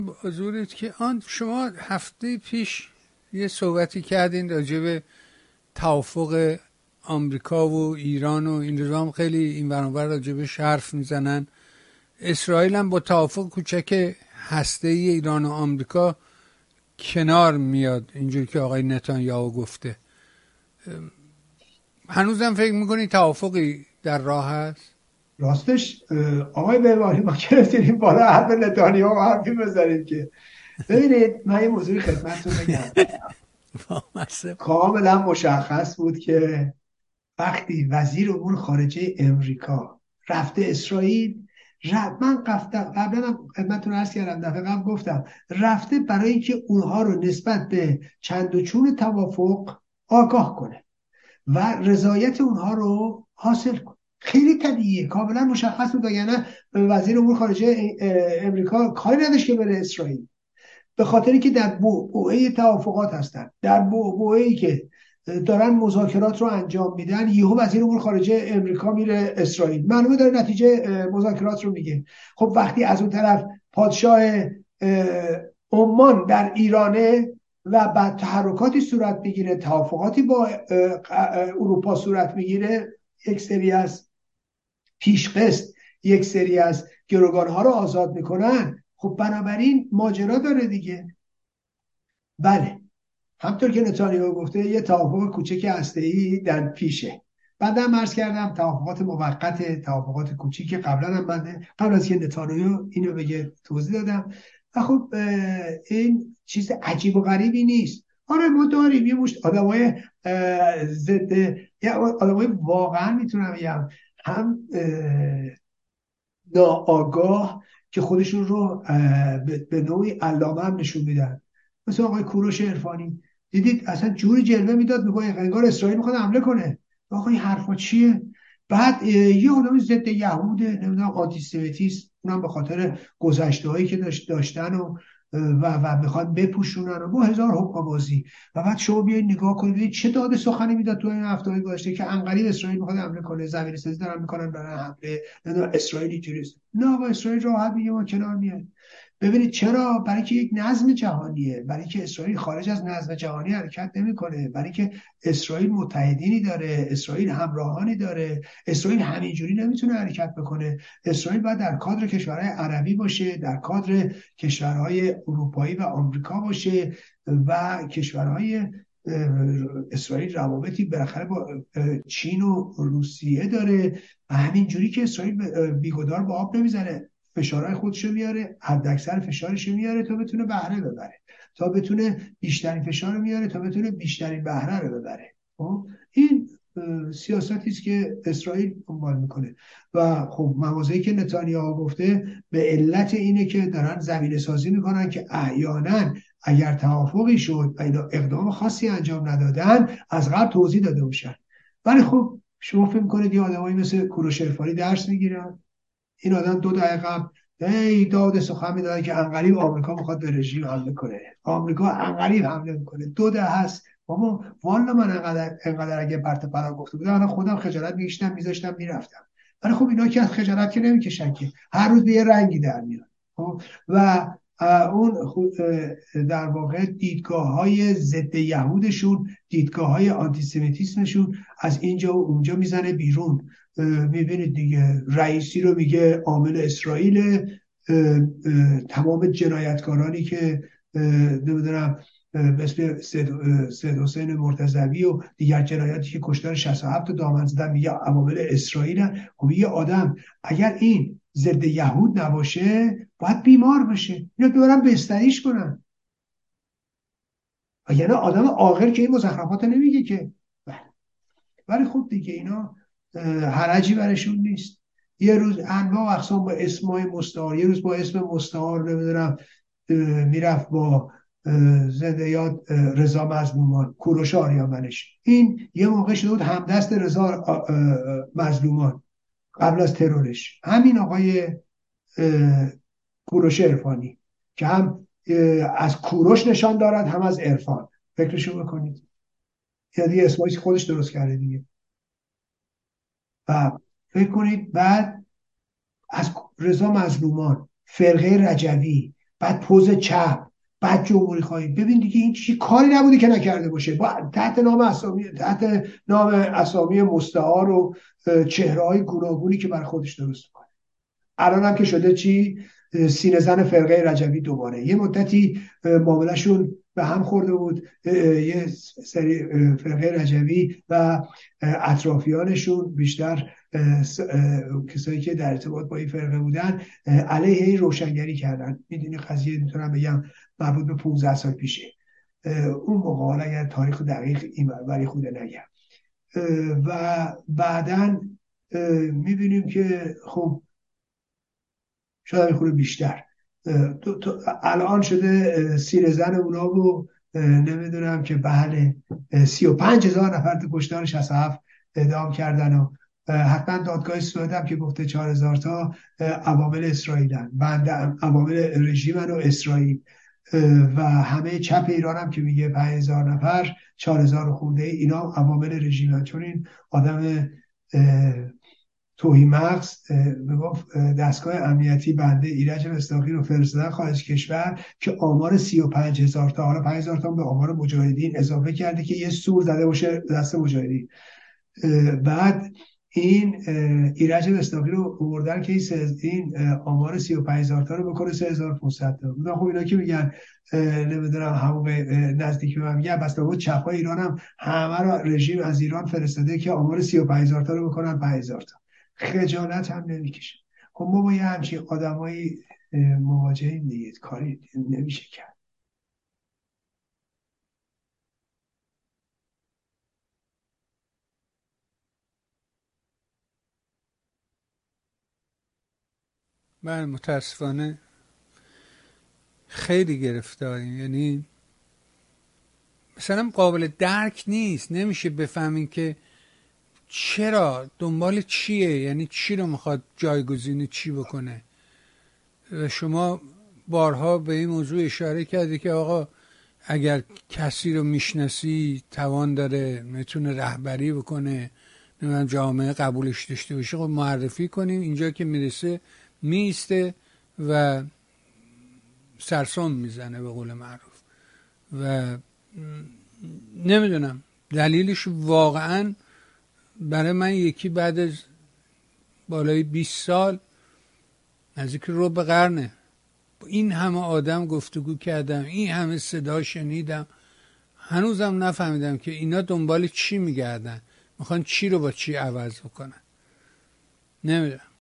حضورت که شما هفته پیش یه صحبتی کردین راجع به توافق آمریکا و ایران و این روزا خیلی این برانور راجع به حرف میزنن. اسرائیل هم با توافق کوچک هسته‌ای ایران و آمریکا کنار میاد، اینجوری که آقای نتانیاهو گفته. هنوزم فکر میکنی توافقی در راه هست؟ راستش آقای معماری ما گرفتیم بالا حرف نتانیاهو حرفی بزنید که ببینید من یه موضوعی خدمتتون بگم. کاملا مشخص بود که وقتی وزیر امور خارجه امریکا رفته اسرائیل، من قبلا هم خدمتتون عرض کردم، دفعه قبل گفتم رفته برای اینکه اونها رو نسبت به چند و چون توافق آگاه کنه و رضایت اونها رو حاصل کنه. خیلی طبیعیه، کاملا مشخص بود، یعنی وزیر امور خارجه امریکا کاری نداشت که بره اسرائیل، به خاطری که در بوئه توافقات هستن، در بوئه‌ای که دارن مذاکرات رو انجام میدن، یهو وزیر امور خارجه امریکا میره اسرائیل، معلومه داره نتیجه مذاکرات رو میگه. خب وقتی از اون طرف پادشاه عمان در ایرانه و بعد تحرکاتی صورت میگیره، توافقاتی با اروپا صورت میگیره، یک سری از پیشقسط، یک سری از گروگانها رو آزاد میکنن، خب بنابراین ماجرا داره دیگه. بله، همطور که نتانیاهو گفته یه توافق کوچک هسته‌ای در پیشه. بعدم عرض کردم توافقات موقت، توافقات کوچیک، قبلا هم من قبل از که نتانیاهو اینو بگه توضیح دادم. و خب این چیز عجیب و غریبی نیست. آره ما داریم یه مشت آدمای ضد، یا آدمای واقعا میتونم بگم هم ناآگاه که خودشون رو به نوعی علامه هم نشون میدن، مثل آقای کوروش عرفانی. دیدید اصلا جوری جلوه میداد، میگه انگار اسرائیل میخواد حمله کنه. آقا این حرفا چیه؟ بعد یه آدم ضد یهوده، نمیدونم آنتی سمیتیست، اونم به خاطر گذشته هایی که داشتن و میخوان بپوشونن و با هزار حقوق بازی. و بعد شما بیاید نگاه کنید ببینید چه داد سخنی میداد تو این هفته گذشته که انقریب اسرائیل میخواد حمله کنه، زمین سازی دارن میکنن برای حمله، نمیدونم اسرائیلی توریست. نه آقا اسرائیل راحت میگه ما کنار میاد. ببینید چرا؟ برای که یک نظم جهانیه، برای که اسرائیل خارج از نظم جهانی حرکت نمیکنه، برای که اسرائیل متحدینی داره، اسرائیل همراهانی داره، اسرائیل همینجوری نمیتونه حرکت بکنه. اسرائیل باید در کادر کشورهای عربی باشه، در کادر کشورهای اروپایی و آمریکا باشه و کشورهای اسرائیل روابطی بالاخره با چین و روسیه داره و همینجوری که اسرائیل بیگدار با آب نمیزنه، فشارهای خودشو میاره، حداکثر فشارشو میاره تا بتونه بهره ببره، تا بتونه بیشترین فشار میاره تا بتونه بیشترین بهره رو ببره. این سیاستی است که اسرائیل دنبال میکنه و خب موازی که نتانیاهو گفته به علت اینه که دارن زمینه سازی میکنن که احیانا اگر توافقی شد و اینا اقدام خاصی انجام ندادن از قبل توضیح داده باشن. ولی خب شما فکر کنید یه آدمایی مثل کوروش عرفانی درس میگیرن؟ این آدم 2 دقیقه قبل داد سخن میداد که انقریب آمریکا میخواد به رژیم حمله کنه، آمریکا انقریب حمله میکنه. 2 دقیقه هست بابا، والا من انقدر اگه پرت پلا گفته بودم الان خودم خجالت میکشیدم میذاشتم میرفتم. ولی خب اینا که از خجالت که نمیکشن، که هر روز به یه رنگی در میاد. و اون در واقع دیدگاه های ضد یهودشون، دیدگاه های آنتیسمیتیسمشون از اینجا و اونجا میزنه بیرون. میبینید دیگه رئیسی رو میگه عامل اسرائیل، تمام جنایتکارانی که نمیدونم مثل سید حسین مرتضوی و دیگر جنایاتی که کشتار 67 دامن زدن میگه عوامل اسرائیل. خب یه آدم اگر این ضد یهود نباشه باید بیمار بشه، اینا ببرن بستریش کنن، و یعنی آدم عاقل که این مزخرفات نمیگه که. ولی خب دیگه اینا حرجی برشون نیست. یه روز انواع و اقسام با اسمای مستعار، یه روز با اسم مستعار نمیدونم میرفت با زنده یاد رضا مظلومان، کوروش آریامنش، این یه موقع شده بود همدست رضا مظلومان قبل از ترورش، همین آقای کوروش عرفانی که هم از کوروش نشان دارد هم از عرفان. فکرشو بکنید، یعنی اسمایی خودش درست کرده دیگه. و فکر کنید بعد از رضا مظلومان، فرقه رجوی، بعد پوز چپ، بعد جمهوری خواهی. ببین دیگه این چی کاری نبوده که نکرده باشه. با تحت نام اسامی مستعار و چهره های گوناگونی که برای خودش درست کنه. الان هم که شده چی؟ سینه زن فرقه رجوی دوباره. یه مدتی معاملهشون به هم خورده بود، یه سری فرقه رجوی و اطرافیانشون، بیشتر کسایی که در ارتباط با این فرقه بودن، علیه این روشنگری کردن. میدونی قضیه میتونم بگم مربوط به 15 سال پیشه. اون موقع، اگر تاریخ دقیق این وری خوده نگم. و بعداً میبینیم که خب شاید این خورده بیشتر الان شده سیر زن اونا و نمیدونم که بله 35,000 نفر تو کشتار 67 اعدام کردن و حتما دادگاه سوئد هم که گفته 4,000 تا عوامل اسرائیلن، بنده عوامل رژیمن و اسرائیل، و همه چپ ایران هم که میگه 5,000 نفر 4,000 خورده اینا عوامل رژیمن. چون این آدم توهی مغز میگفت دستگاه امنیتی بنده ایرج مصداقی رو فرستادن خارج کشور که آمار 35,000 تا، حالا 5,000 تا به آمار مجاهدین اضافه کرده که یه سور زده باشه دست مجاهدین. بعد این ایرج مصداقی رو آوردن که این آمار 35,000 تا رو بکنه 3,500 تا. خب اینا که میگن نمیدونم همون نزدیک به من میگن، بس بود چپای ایران هم همه رو رژیم از ایران فرستاده که آمار 35,000 تا رو بکنن 5,000 تا. خجالت هم نمیکشه. خب ما با یه همچین آدمایی مواجهیم دیگه، کاری نمیشه کرد. من متاسفانه خیلی گرفتاریم. یعنی مثلا قابل درک نیست، نمیشه بفهمین که چرا، دنبال چیه، یعنی چی رو میخواد جایگزین چی بکنه. و شما بارها به این موضوع اشاره کردی که آقا اگر کسی رو میشناسی توان داره میتونه رهبری بکنه، نمیدونم جامعه قبولش داشته باشه، خب معرفی کنیم. اینجا که میرسه میسته و سرسام میزنه به قول معروف. و نمیدونم دلیلش واقعا برای من یکی بعد از بالای 20 سال نزدیک رو به قرنه با این همه آدم گفتگو کردم، این همه صدا شنیدم، هنوزم نفهمیدم که اینا دنبال چی میگردن، میخوان چی رو با چی عوض بکنن. نمیدونم.